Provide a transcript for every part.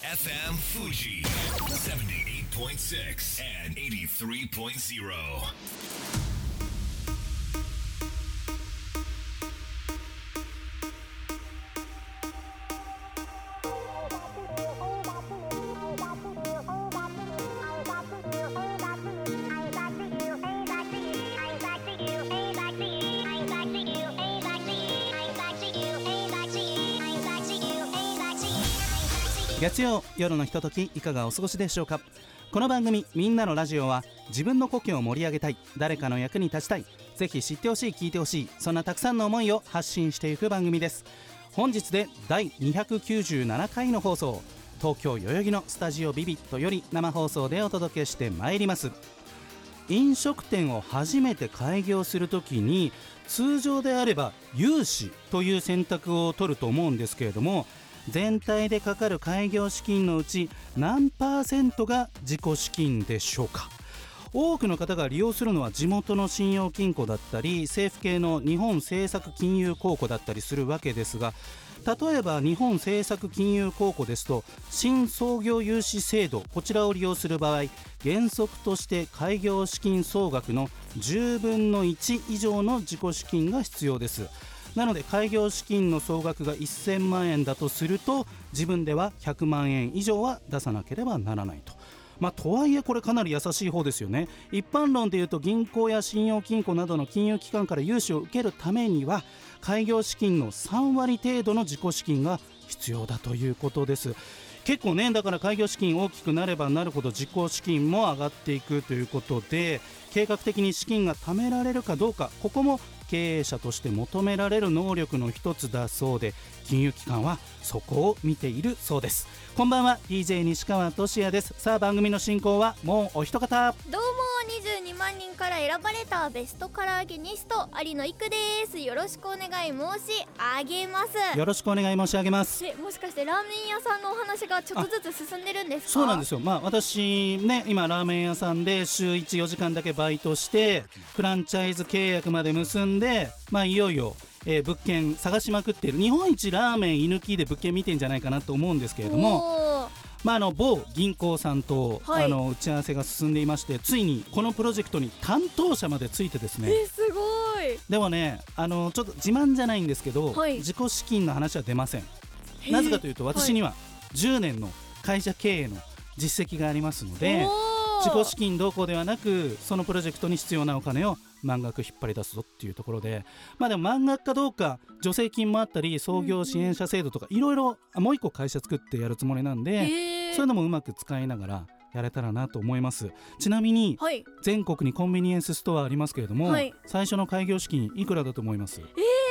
FM Fuji 78.6 and 83.0. 月曜夜のひとときいかがお過ごしでしょうか。この番組みんなのラジオは自分の故郷を盛り上げたい、誰かの役に立ちたい、ぜひ知ってほしい、聞いてほしい、そんなたくさんの思いを発信していく番組です。本日で第297回の放送、東京代々木のスタジオビビットより生放送でお届けしてまいります。飲食店を初めて開業するときに通常であれば融資という選択を取ると思うんですけれども、全体でかかる開業資金のうち何%が自己資金でしょうか。多くの方が利用するのは地元の信用金庫だったり政府系の日本政策金融公庫だったりするわけですが、例えば日本政策金融公庫ですと新創業融資制度、こちらを利用する場合、原則として開業資金総額の10分の1以上の自己資金が必要です。なので開業資金の総額が1000万円だとすると自分では100万円以上は出さなければならないと。とはいえこれかなり優しい方ですよね。一般論でいうと銀行や信用金庫などの金融機関から融資を受けるためには開業資金の3割程度の自己資金が必要だということです。結構ね、だから開業資金大きくなればなるほど自己資金も上がっていくということで、計画的に資金が貯められるかどうか、ここも経営者として求められる能力の一つだそうで、金融機関はそこを見ているそうです。こんばんは、 DJ 西川俊也です。さあ番組の進行はもうお一方。 どうも22万人から選ばれたベストカラーゲニスト有野育です。よろしくお願い申し上げます。 よろしくお願い申し上げます。 もしかしてラーメン屋さんのお話がちょっとずつ進んでるんですか？ そうなんですよ。私ね、今ラーメン屋さんで週1、4時間だけバイトしてフランチャイズ契約まで結んで、いよいよ物件探しまくっている。日本一ラーメン居抜きで物件見てんじゃないかなと思うんですけれども、某銀行さんと、打ち合わせが進んでいまして、ついにこのプロジェクトに担当者までついてですね。 すごい。 でもね、ちょっと自慢じゃないんですけど、自己資金の話は出ません。なぜかというと私には10年の会社経営の実績がありますので、自己資金どうこうではなく、そのプロジェクトに必要なお金を満額引っ張り出すぞっていうところで、でも満額かどうか助成金もあったり創業支援者制度とかいろいろもう一個会社作ってやるつもりなんで、そういうのもうまく使いながらやれたらなと思います。ちなみに、全国にコンビニエンスストアありますけれども、最初の開業資金いくらだと思います？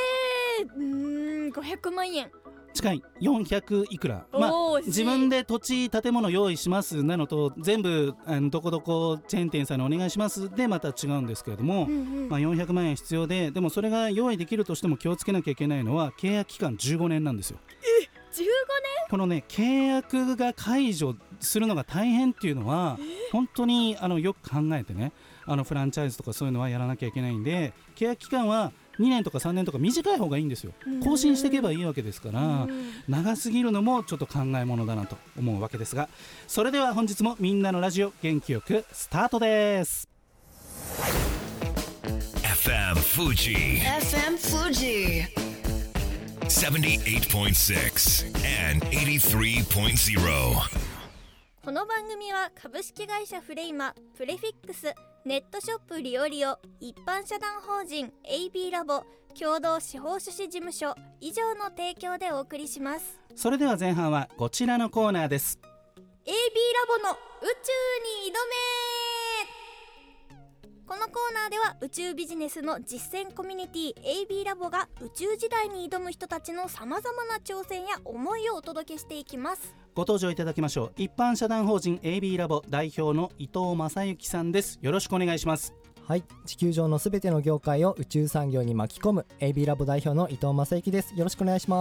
500万円近い。400いくら。自分で土地建物用意しますなのと、全部どこどこチェーン店さんにお願いしますでまた違うんですけれども、400万円必要で、でもそれが用意できるとしても気をつけなきゃいけないのは契約期間15年なんですよ。 15年？ このね、契約が解除するのが大変っていうのは本当によく考えてね、フランチャイズとかそういうのはやらなきゃいけないんで、契約期間は2年とか3年とか短い方がいいんですよ。更新していけばいいわけですから、長すぎるのもちょっと考えものだなと思うわけですが、それでは本日もみんなのラジオ元気よくスタートです。 FM Fuji 78.6 and 83.0。 この番組は株式会社フレイマ、プレフィックス、ネットショップリオリオ、一般社団法人 AB ラボ、共同司法書士事務所以上の提供でお送りします。 それでは前半はこちらのコーナーです。 AB ラボの宇宙に挑め。このコーナーでは宇宙ビジネスの実践コミュニティ AB ラボが宇宙時代に挑む人たちのさまざまな挑戦や思いをお届けしていきます。 ご登場いただきましょう。一般社団法人 AB ラボ代表の伊藤正幸さんです。よろしくお願いします。 はい、地球上のすべての業界を宇宙産業に巻き込む AB ラボ代表の伊藤正幸です。よろしくお願いします。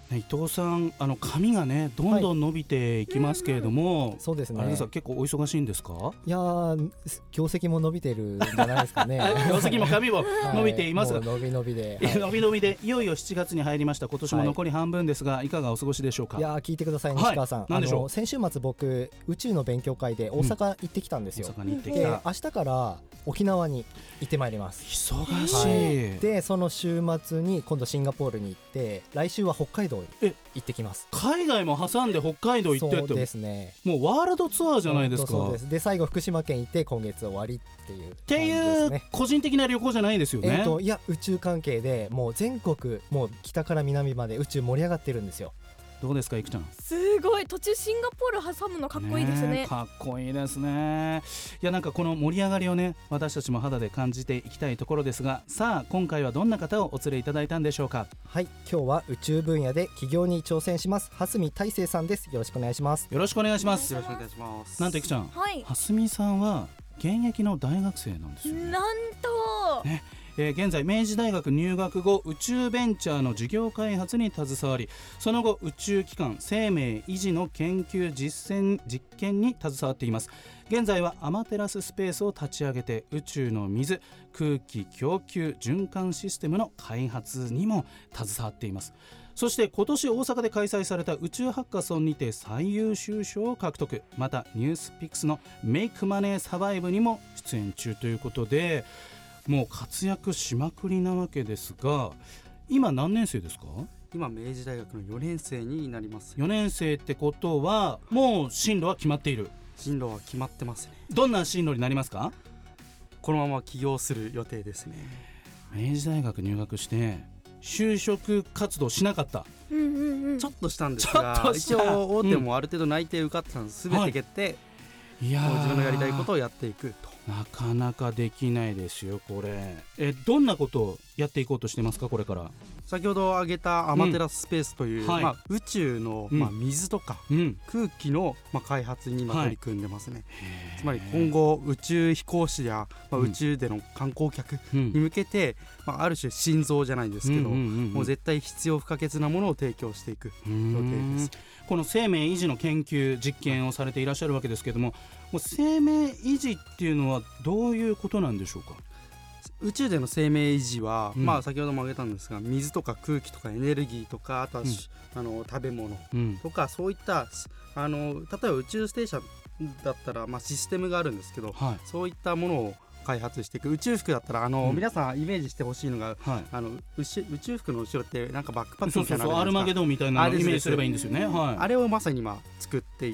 伊藤さん髪がねどんどん伸びていきますけれども、 そうですね。 あれですか、結構お忙しいんですか？ いやー、業績も伸びてるんじゃないですかね。 業績も髪も伸びていますが、 もう伸び伸びで、 伸び伸びでいよいよ7月に入りました。今年も残り半分ですが、いかがお過ごしでしょうか？ いやー、聞いてください西川さん、 何でしょう？ 先週末僕宇宙の勉強会で大阪行ってきたんですよ。 大阪に行ってきでた。 明日から沖縄に行ってまいります。 忙しい。 でその週末に今度シンガポールに行って来週は北海道に行ってきます。 海外も挟んで北海道行ってって、 そうですね、 もうワールドツアーじゃないですか。 そうです。で最後福島県行って今月終わりっていうって感じいうですね。 個人的な旅行じゃないですよね。 いや宇宙関係でもう全国もう北から南まで宇宙盛り上がってるんですよ。 どうですか、いくちゃん？ すごい、途中シンガポール挟むのかっこいいですね。 かっこいいですね。いや、なんかこの盛り上がりをね、私たちも肌で感じていきたいところですが、さあ今回はどんな方をお連れいただいたんでしょうか？ はい、今日は宇宙分野で起業に挑戦します蓮見大成さんです。よろしくお願いします。 よろしくお願いします。 よろしくお願いします。 なんといくちゃん、 はい、 蓮見さんは現役の大学生なんですよね。 なんと、 ね、現在明治大学入学後宇宙ベンチャーの事業開発に携わり、その後宇宙機関生命維持の研究実験に携わっています。現在はアマテラススペースを立ち上げて宇宙の水空気供給循環システムの開発にも携わっています。そして今年大阪で開催された宇宙ハッカソンにて最優秀賞を獲得。またニュースピックスのメイクマネーサバイブにも出演中ということで、もう活躍しまくりなわけですが、今何年生ですか？ 今明治大学の4年生になります。 4年生ってことはもう進路は決まっている？ 進路は決まってますね。 どんな進路になりますか？ このまま起業する予定ですね。 明治大学入学して就職活動しなかった？ うんうんうん、 ちょっとしたんですが、 ちょっとした一応大手もある程度内定受かったのすべて決定、 いやもう自分のやりたいことをやっていくと。 なかなかできないですよこれ。どんなことをやっていこうとしてますかこれから？ 先ほど挙げたアマテラススペースという、 はい宇宙の、水とかうん空気の、開発に今取り組んでますね。つまり今後宇宙飛行士や、宇宙での観光客に向けて、ある種心臓じゃないですけど、もう絶対必要不可欠なものを提供していく予定です。 この生命維持の研究実験をされていらっしゃるわけですけども、もう生命維持っていうのはどういうことなんでしょうか？ 宇宙での生命維持は、先ほども挙げたんですが、水とか空気とかエネルギーとか、あとは、食べ物とか、そういった例えば宇宙ステーションだったら、システムがあるんですけど、そういったものを開発していく。宇宙服だったら皆さんイメージしてほしいのが、宇宙服の後ろってなんかバックパックみたいなのあるじゃないですか。 アルマゲドンみたいなのをイメージすればいいんですよね。 あれをまさに今作っていって、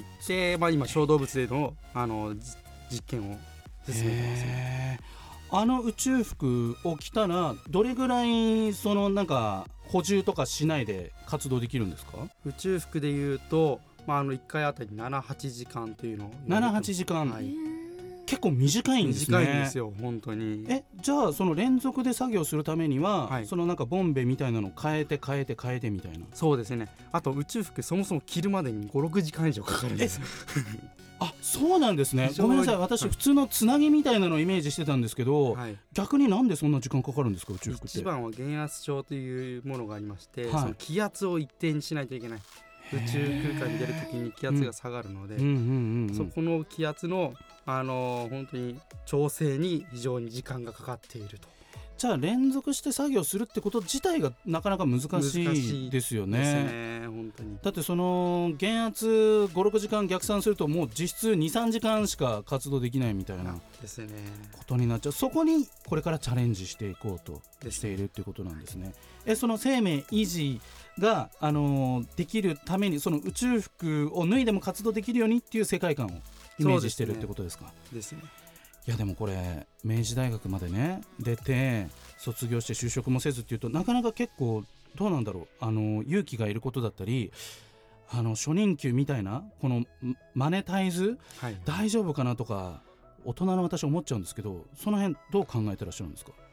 今小動物での、実験を進めてますね。 宇宙服を着たらどれぐらいなんか補充とかしないで活動できるんですか？ 宇宙服でいうと、1回あたり 7,8 時間というのを 7,8 時間、結構短いんですね。 短いんですよ本当に。 じゃあその連続で作業するためには、なんかボンベみたいなのを変えてみたいな。 そうですね。あと宇宙服そもそも着るまでに 5,6 時間以上かかるんです。 そうなんですね。ごめんなさい、私普通のつなぎみたいなのをイメージしてたんですけど、逆になんでそんな時間かかるんですか宇宙服って？ 一番は減圧症というものがありまして、その気圧を一定にしないといけない。宇宙空間に出るときに気圧が下がるので、そこの気圧の、本当に調整に非常に時間がかかっていると。 じゃあ連続して作業するってこと自体がなかなか難しいですよね。 本当に。 だってその減圧 5,6 時間逆算するともう実質 2,3 時間しか活動できないみたいなことになっちゃう。そこにこれからチャレンジしていこうとしているっていうことなんですね。その生命維持が、できるためにその宇宙服を脱いでも活動できるようにっていう世界観をイメージしてるってことですか？ ですね。 いやでもこれ明治大学までね出て卒業して就職もせずっていうとなかなか結構どうなんだろう、勇気がいることだったり初任給みたいなこのマネタイズ、大丈夫かなとか大人の私思っちゃうんですけど、その辺どう考えてらっしゃるんですか？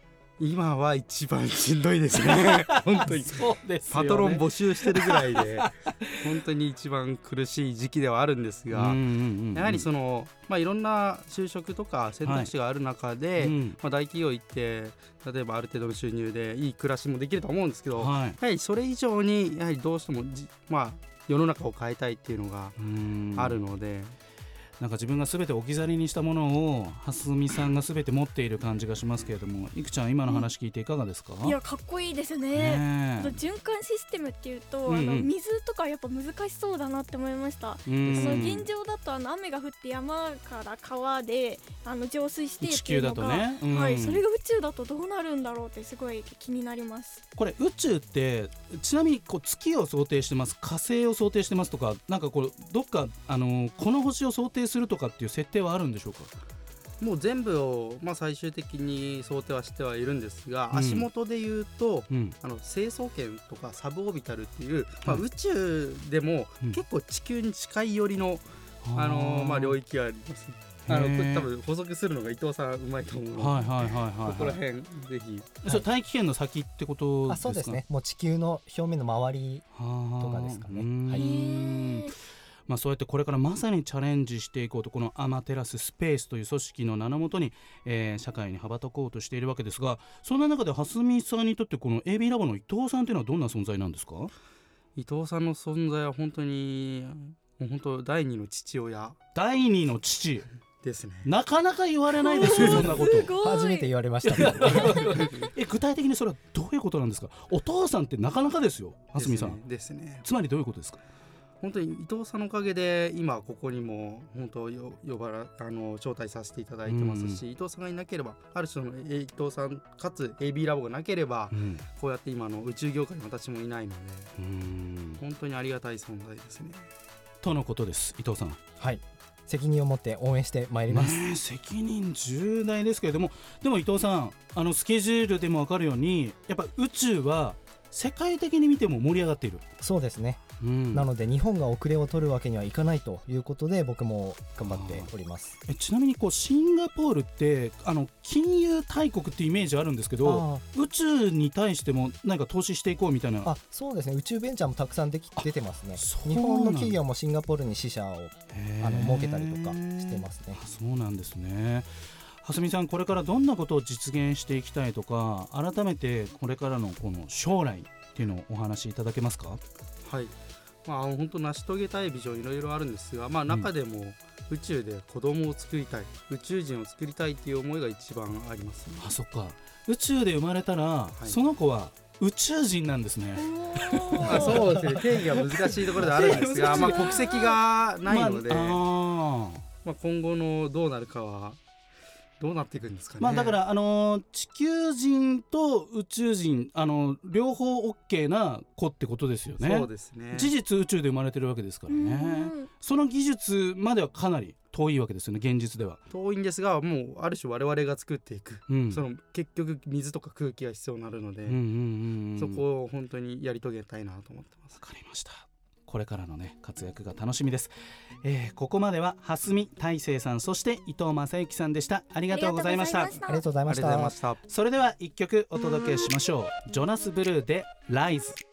今は一番しんどいですね本当にそうですよね。 パトロン募集してるぐらいで本当に一番苦しい時期ではあるんですが、やはりその、いろんな就職とか選択肢がある中で、大企業行って例えばある程度の収入でいい暮らしもできると思うんですけど、やはりそれ以上にやはりどうしても世の中を変えたいっていうのがあるので、 なんか自分が全て置き去りにしたものを蓮見さんが全て持っている感じがしますけれども、いくちゃん今の話聞いていかがですか？ いやかっこいいですね。循環システムっていうと、水とかやっぱ難しそうだなって思いました。その現状だと雨が降って山から川で浄水してっていうのが、地球だとね、はい、それが宇宙だとどうなるんだろうってすごい気になります。 これ宇宙ってちなみにこう月を想定してます、火星を想定してますとか、なんかこうどっかこの星を想定するとかっていう設定はあるんでしょうか？ もう全部を、最終的に想定はしてはいるんですが、足元で言うと、成層圏とかサブオービタルっていう、宇宙でも結構地球に近い寄りの、領域があります。多分補足するのが伊藤さんうまいと思うので、ここら辺ぜひ。 それ大気圏の先ってことですか？ そうですね。もう地球の表面の周りとかですかね。 そうやってこれからまさにチャレンジしていこうと、このアマテラススペースという組織の名のもとに、社会に羽ばたこうとしているわけですが、そんな中で蓮見さんにとってこの AB ラボの伊藤さんというのはどんな存在なんですか？ 伊藤さんの存在は本当に第二の父親。 第二の父ですね。 なかなか言われないですよそんなこと初めて言われました具体的にそれはどういうことなんですか？お父さんってなかなかですよ蓮見さんですね。 つまりどういうことですか？ 本当に伊藤さんのおかげで今ここにも本当招待させていただいてますし、伊藤さんがいなければ、ある種の伊藤さんかつ AB ラボがなければ、こうやって今の宇宙業界に私もいないので、本当にありがたい存在ですねとのことです。伊藤さん、 はい、責任を持って応援してまいります。 責任重大ですけれども、でも伊藤さんスケジュールでも分かるようにやっぱ宇宙は世界的に見ても盛り上がっている。 そうですね、なので日本が遅れを取るわけにはいかないということで僕も頑張っております。 ちなみにシンガポールって金融大国ってイメージあるんですけど、宇宙に対しても何か投資していこうみたいな。 そうですね、宇宙ベンチャーもたくさん出てますね。日本の企業もシンガポールに支社を設けたりとかしてますね。 そうなんですね。蓮見さん、これからどんなことを実現していきたいとか、改めてこれからのこの将来っていうのをお話しいただけますか？ はい、本当成し遂げたいビジョンいろいろあるんですが、中でも宇宙で子供を作りたい、宇宙人を作りたいっていう思いが一番ありますね。 そっか、宇宙で生まれたら、その子は宇宙人なんですね。 そうですね、定義は難しいところであるんですが国籍がないので、今後のどうなるかはどうなっていくんですかね。 だから地球人と宇宙人両方 OK な子ってことですよね。 そうですね。 事実宇宙で生まれてるわけですからね。その技術まではかなり遠いわけですよね。現実では遠いんですが、もうある種我々が作っていく、その結局水とか空気が必要になるので、そこを本当にやり遂げたいなと思ってます。 わかりました。これからのね活躍が楽しみです。ここまでは蓮見大成さん、そして伊藤正幸さんでした。ありがとうございました。 ありがとうございました。 それでは一曲お届けしましょう。ジョナスブルーでライズ。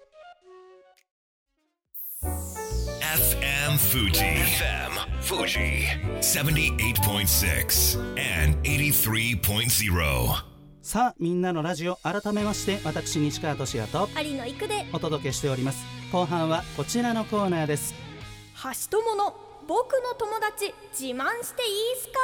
FM Fuji78.6 and 83.0。 さあみんなのラジオ、改めまして私西川俊也と有野育でお届けしております。後半はこちらのコーナーです。 橋友の僕の友達自慢していいすか、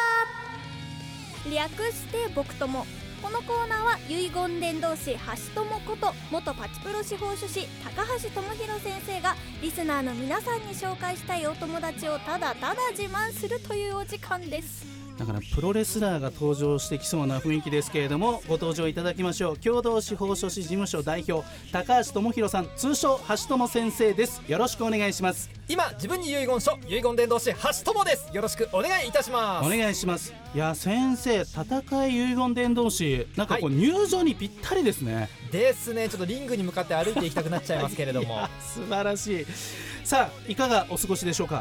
略して僕友。このコーナーは遺言伝道師橋友こと元パチプロ司法書士高橋智博先生がリスナーの皆さんに紹介したいお友達をただただ自慢するというお時間です。 だからプロレスラーが登場してきそうな雰囲気ですけれども、ご登場いただきましょう。共同司法書士事務所代表高橋智博さん、通称橋友先生です。よろしくお願いします。 今自分に遺言書、遺言伝道師橋友です。よろしくお願いいたします。 お願いします。いや先生、戦い遺言伝道師、なんか入場にぴったりですね。 ですね。ちょっとリングに向かって歩いていきたくなっちゃいますけれども素晴らしい。さあいかがお過ごしでしょうか？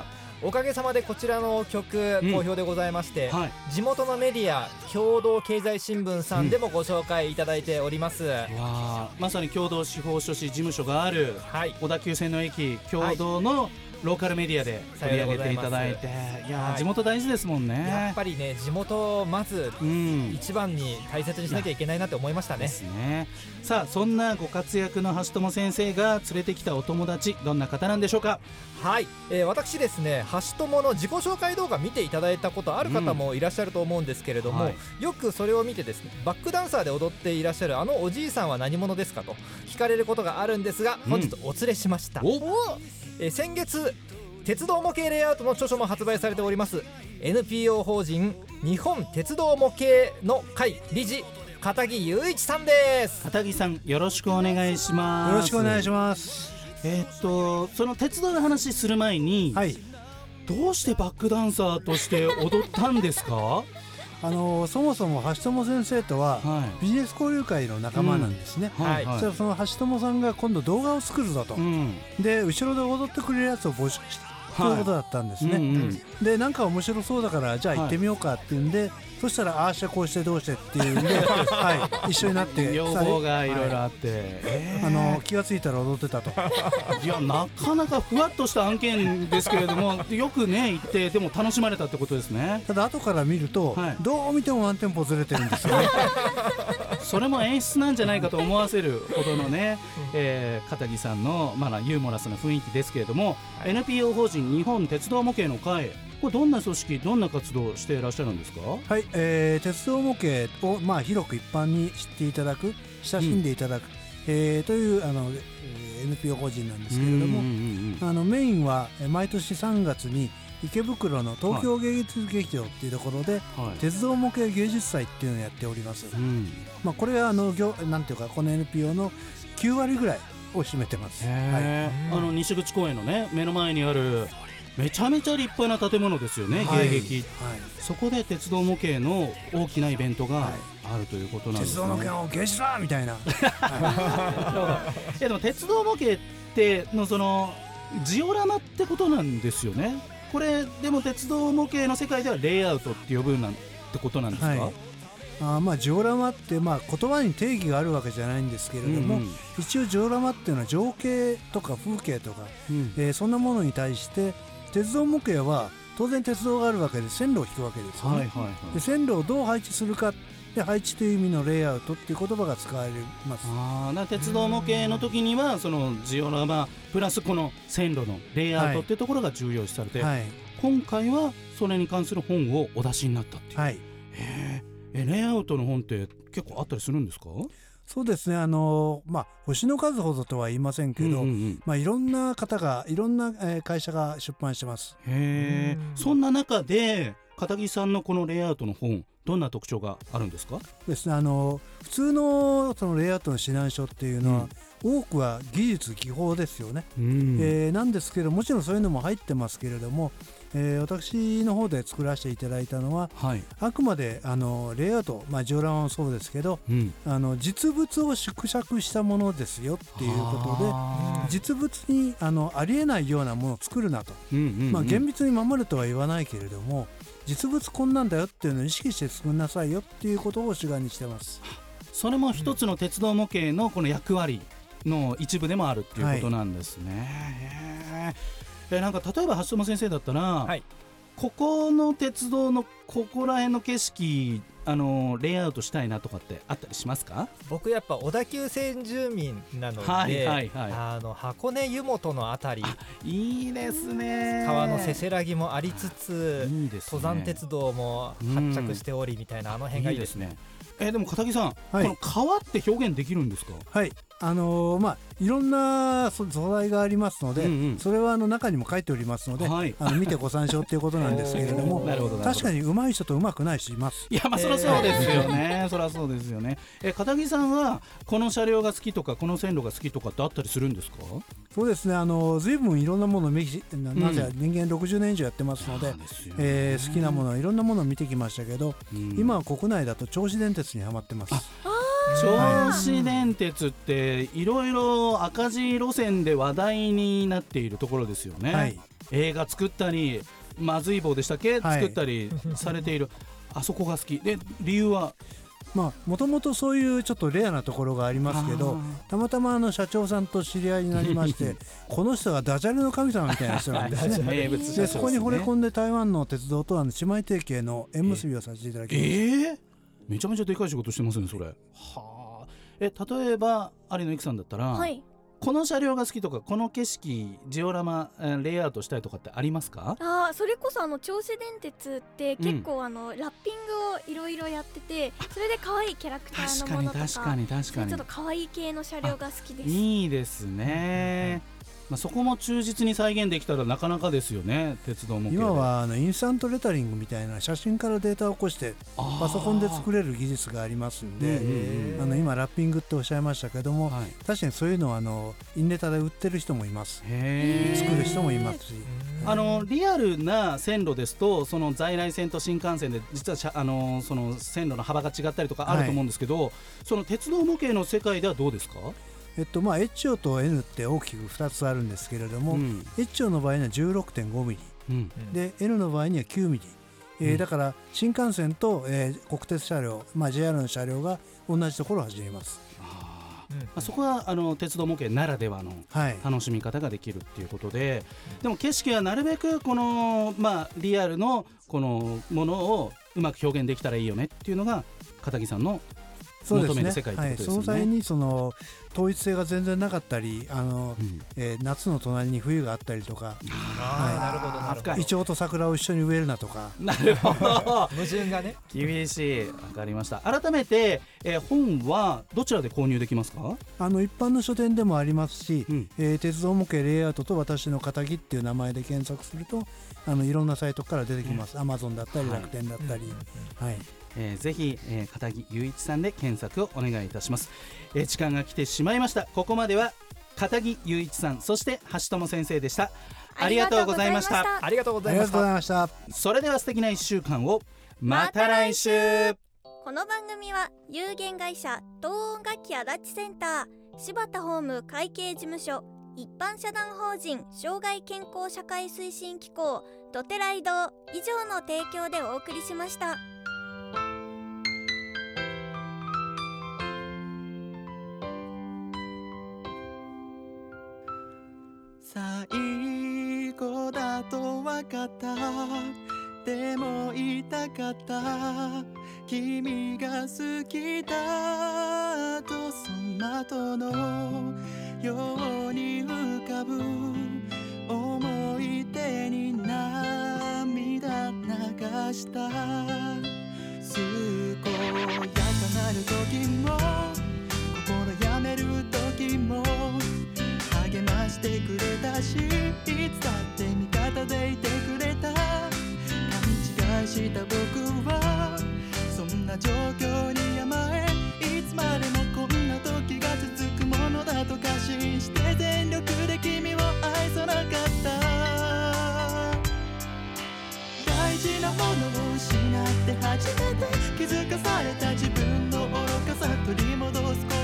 おかげさまでこちらの曲好評でございまして、 はい、 地元のメディア共同経済新聞さんでもご紹介いただいております、 わまさに共同司法書士事務所がある、はい、小田急線の駅共同のローカルメディアで取り上げていただいて、いや、はい、地元大事ですもんね。 やっぱりね、地元をまず一番に大切にしなきゃいけないなって思いましたね。 ですね。さあ、そんなご活躍の橋友先生が連れてきたお友達、どんな方なんでしょうか。 はい、私ですね、橋友の自己紹介動画見ていただいたことある方もいらっしゃると思うんですけれども、はい、よくそれを見てですね、バックダンサーで踊っていらっしゃるあのおじいさんは何者ですかと聞かれることがあるんですが、本日お連れしました。先月鉄道模型レイアウトの著書も発売されております NPO 法人日本鉄道模型の会理事片木雄一さんです。 片木さん、よろしくお願いします。 よろしくお願いします。 その鉄道の話する前に、はい、どうしてバックダンサーとして踊ったんですか？ そもそも橋友先生とはビジネス交流会の仲間なんですね、はいはい、その橋友さんが今度動画を作るぞと、で後ろで踊ってくれるやつを募集したということだったんですね、でなんか面白そうだからじゃあ行ってみようかっていうんで、そしたらああしてこうしてどうしてっていうんで、はい、一緒になって要望がいろいろあって、 気がついたら踊ってたと。 いや、なかなかふわっとした案件ですけれどもよくね行ってでも楽しまれたってことですね。 ただ後から見ると、はい、どう見てもワンテンポずれてるんですよね。 それも演出なんじゃないかと思わせるほどのね、片木さんの、ユーモラスな雰囲気ですけれども、はい、NPO 法人日本鉄道模型の会、これどんな組織、どんな活動をしていらっしゃるんですか？ はい、鉄道模型を、広く一般に知っていただく、親しんでいただく、というNPO 法人なんですけれども、メインは毎年3月に池袋の東京芸術劇場っていうところで、はい、鉄道模型芸術祭っていうのをやっております、これはなんていうかこの NPO の9割ぐらいを占めてます、 はい、西口公園のね目の前にあるめちゃめちゃ立派な建物ですよね、 はい、 芸劇、はい、そこで鉄道模型の大きなイベントがあるということなんですね、 鉄道模型の芸術だみたいなでも鉄道模型ってのそのジオラマってことなんですよね。これでも鉄道模型の世界ではレイアウトって呼ぶなんてことなんですか？ はい、ジオラマって、言葉に定義があるわけじゃないんですけれども、一応ジオラマっていうのは情景とか風景とか、そんなものに対して鉄道模型は当然鉄道があるわけで線路を引くわけですよね、で線路をどう配置するかで配置という意味のレイアウトっていう言葉が使われます。 鉄道模型の時にはそのジオラマプラスこの線路のレイアウトっていうところが重要視されて、今回はそれに関する本をお出しになったっていう、レイアウトの本って結構あったりするんですか？ そうですね、星の数ほどとは言いませんけど、いろんな方がいろんな会社が出版してます。 そんな中で片木さんのこのレイアウトの本、どんな特徴があるんですか？ ですね、普通のそのレイアウトの指南書っていうのは、多くは技術技法ですよね、なんですけどもちろんそういうのも入ってますけれども、私の方で作らせていただいたのは、あくまでレイアウト、ジオラマもそうですけど、実物を縮尺したものですよっていうことで、実物にありえないようなものを作るなと、厳密に守るとは言わないけれども、実物こんなんだよっていうのを意識して作んなさいよっていうことを主眼にしてます。 それも一つの鉄道模型のこの役割の一部でもあるっていうことなんですね、なんか例えば橋友先生だったら、ここの鉄道のここら辺の景色レイアウトしたいなとかってあったりしますか？ 僕やっぱ小田急線住民なので、箱根湯本のあたり、 いいですね、 川のせせらぎもありつつ、登山鉄道も発着しておりみたいな、あの辺がいいですね。 でも片木さん、この川って表現できるんですか？ はい、いろんな素材がありますので、それは中にも書いておりますので、見てご参照ということなんですけれども確かに上手い人と上手くない人います。 いや、そりゃそうですよねそりゃそうですよね。片木さんはこの車両が好きとかこの線路が好きとかってあったりするんですか？ そうですね、随分いろんなものをなぜ人間60年以上やってますので、好きなものいろんなものを見てきましたけど、今は国内だと銚子電鉄にハマってます。 銚子電鉄っていろいろ赤字路線で話題になっているところですよね、はい、映画作ったりまずい棒でしたっけ、はい、作ったりされているあそこが好きで理由はもともとそういうちょっとレアなところがありますけどたまたま社長さんと知り合いになりましてこの人がダジャレの神様みたいな人なんですね名物でそこに惚れ込んで台湾の鉄道と姉妹提携の縁結びをさせていただきました、 めちゃめちゃでかい仕事してますねそれ。はあ、例えば有野由紀さんだったら、はい、この車両が好きとかこの景色ジオラマレイアウトしたいとかってありますか？ それこそ銚子電鉄って結構ラッピングをいろいろやってて、それで可愛いキャラクターのものとか確かにちょっと可愛い系の車両が好きです。 いいですね、そこも忠実に再現できたらなかなかですよね鉄道模型で。 今はインスタントレタリングみたいな写真からデータを起こしてパソコンで作れる技術がありますんで、今ラッピングっておっしゃいましたけども、はい、確かにそういうのはインネタで売ってる人もいます。作る人もいますし、 リアルな線路ですとその在来線と新幹線で実はその線路の幅が違ったりとかあると思うんですけど、はい、その鉄道模型の世界ではどうですか？ エッチオと N って大きく2つあるんですけれども、エッチオの場合には 16.5 ミリ、で N の場合には9ミリ、だから新幹線と、国鉄車両、JR の車両が同じところを走ります。 そこは鉄道模型ならではの楽しみ方ができるっていうことで、でも景色はなるべくこの、リアルのこのものをうまく表現できたらいいよねっていうのが片木さんの求める世界ってことですよね。 素材に統一性が全然なかったり夏の隣に冬があったりとか、 なるほどなるほど、 イチョウと桜を一緒に植えるなとかなるほど矛盾がね厳しい。わかりました。改めて、本はどちらで購入できますか？ 一般の書店でもありますし、鉄道模型レイアウトと私の片木っていう名前で検索するといろんなサイトから出てきます。Amazon だったり楽天だったり、 ぜひ、片木雄一さんで検索をお願いいたします。時間が来てしまいました。ここまでは片木雄一さんそして橋友先生でした。ありがとうございました。 ありがとうございました。 それでは素敵な1週間を。また来週。 この番組は有限会社東音楽器足立センター、柴田ホーム会計事務所、一般社団法人障害健康社会推進機構ドテライド以上の提供でお送りしました。 最後だと分かった、でも言いたかった、君が好きだとその後のように浮かぶ思い出に涙流した。健やかなる時も心やめる時も励ましてくれたし、いつだって味方でいてくれた。勘違いした僕はそんな状況に甘え、いつまでもこんな時が続くものだと過信して全力で君を愛さなかった。大事なものを失って初めて気づかされた自分の愚かさ、取り戻す